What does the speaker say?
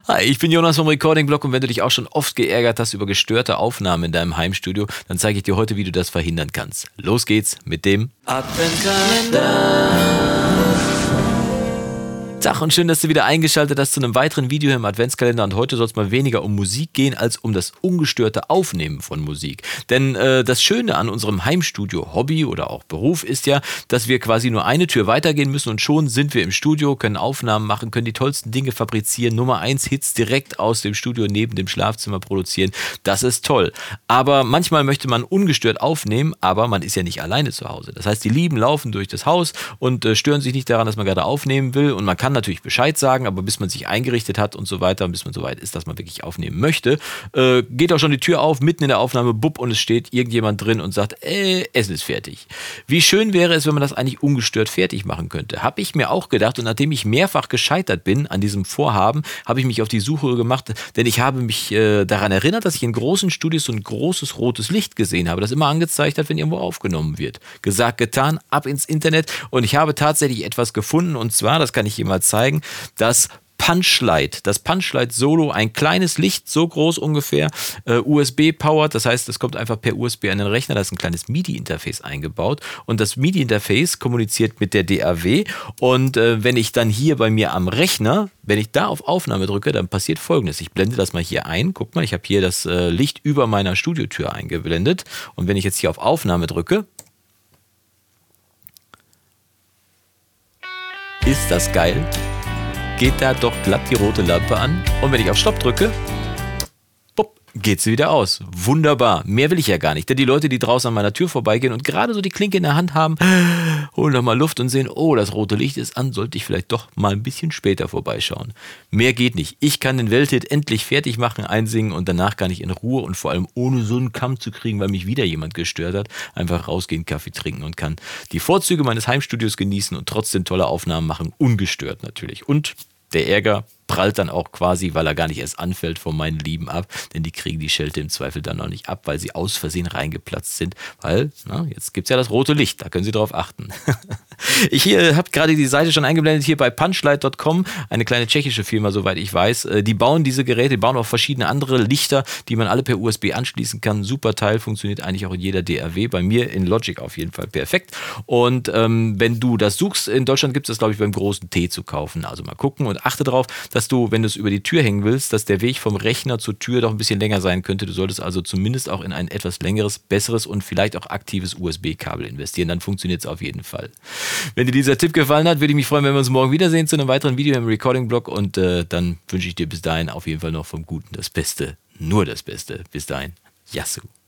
Hi, ich bin Jonas vom Recording-Blog und wenn du dich auch schon oft geärgert hast über gestörte Aufnahmen in deinem Heimstudio, dann zeige ich dir heute, wie du das verhindern kannst. Los geht's mit dem Adventskalender. Tag und schön, dass du wieder eingeschaltet hast zu einem weiteren Video im Adventskalender. Und heute soll es mal weniger um Musik gehen, als um das ungestörte Aufnehmen von Musik. Denn das Schöne an unserem Heimstudio, Hobby oder auch Beruf ist ja, dass wir quasi nur eine Tür weitergehen müssen und schon sind wir im Studio, können Aufnahmen machen, können die tollsten Dinge fabrizieren, Nummer 1 Hits direkt aus dem Studio neben dem Schlafzimmer produzieren. Das ist toll. Aber manchmal möchte man ungestört aufnehmen, aber man ist ja nicht alleine zu Hause. Das heißt, die Lieben laufen durch das Haus und stören sich nicht daran, dass man gerade aufnehmen will, und man kann natürlich Bescheid sagen, aber bis man sich eingerichtet hat und so weiter, bis man so weit ist, dass man wirklich aufnehmen möchte, geht auch schon die Tür auf, mitten in der Aufnahme, bupp, und es steht irgendjemand drin und sagt, Essen ist fertig. Wie schön wäre es, wenn man das eigentlich ungestört fertig machen könnte. Habe ich mir auch gedacht, und nachdem ich mehrfach gescheitert bin an diesem Vorhaben, habe ich mich auf die Suche gemacht, denn ich habe mich daran erinnert, dass ich in großen Studios so ein großes rotes Licht gesehen habe, das immer angezeigt hat, wenn irgendwo aufgenommen wird. Gesagt, getan, ab ins Internet, und ich habe tatsächlich etwas gefunden, und zwar, das kann ich hier mal zeigen, das Punchlight. Das Punchlight Solo, ein kleines Licht, so groß ungefähr, USB-powered, das heißt, es kommt einfach per USB an den Rechner, da ist ein kleines MIDI-Interface eingebaut, und das MIDI-Interface kommuniziert mit der DAW, und wenn ich dann hier bei mir am Rechner, wenn ich da auf Aufnahme drücke, dann passiert Folgendes. Ich blende das mal hier ein, guck mal, ich habe hier das Licht über meiner Studiotür eingeblendet, und wenn ich jetzt hier auf Aufnahme drücke, ist das geil? Geht da doch glatt die rote Lampe an, und wenn ich auf Stopp drücke, bupp, geht sie wieder aus. Wunderbar. Mehr will ich ja gar nicht, denn die Leute, die draußen an meiner Tür vorbeigehen und gerade so die Klinke in der Hand haben, holen nochmal Luft und sehen, oh, das rote Licht ist an, sollte ich vielleicht doch mal ein bisschen später vorbeischauen. Mehr geht nicht. Ich kann den Welthit endlich fertig machen, einsingen, und danach kann ich in Ruhe und vor allem ohne so einen Kamm zu kriegen, weil mich wieder jemand gestört hat, einfach rausgehen, Kaffee trinken und kann die Vorzüge meines Heimstudios genießen und trotzdem tolle Aufnahmen machen, ungestört natürlich. Und der Ärger prallt dann auch quasi, weil er gar nicht erst anfällt, von meinen Lieben ab, denn die kriegen die Schelte im Zweifel dann noch nicht ab, weil sie aus Versehen reingeplatzt sind, weil, jetzt gibt es ja das rote Licht, da können Sie drauf achten. Ich habe gerade die Seite schon eingeblendet, hier bei punchlight.com, eine kleine tschechische Firma, soweit ich weiß. Die bauen diese Geräte, die bauen auch verschiedene andere Lichter, die man alle per USB anschließen kann. Super Teil, funktioniert eigentlich auch in jeder DAW, bei mir in Logic auf jeden Fall perfekt. Und wenn du das suchst, in Deutschland gibt es das, glaube ich, beim großen T zu kaufen. Also mal gucken und achte darauf, dass du, wenn du es über die Tür hängen willst, dass der Weg vom Rechner zur Tür doch ein bisschen länger sein könnte. Du solltest also zumindest auch in ein etwas längeres, besseres und vielleicht auch aktives USB-Kabel investieren. Dann funktioniert es auf jeden Fall. Wenn dir dieser Tipp gefallen hat, würde ich mich freuen, wenn wir uns morgen wiedersehen zu einem weiteren Video im Recording-Blog, und dann wünsche ich dir bis dahin auf jeden Fall noch vom Guten das Beste. Nur das Beste. Bis dahin. Yassou.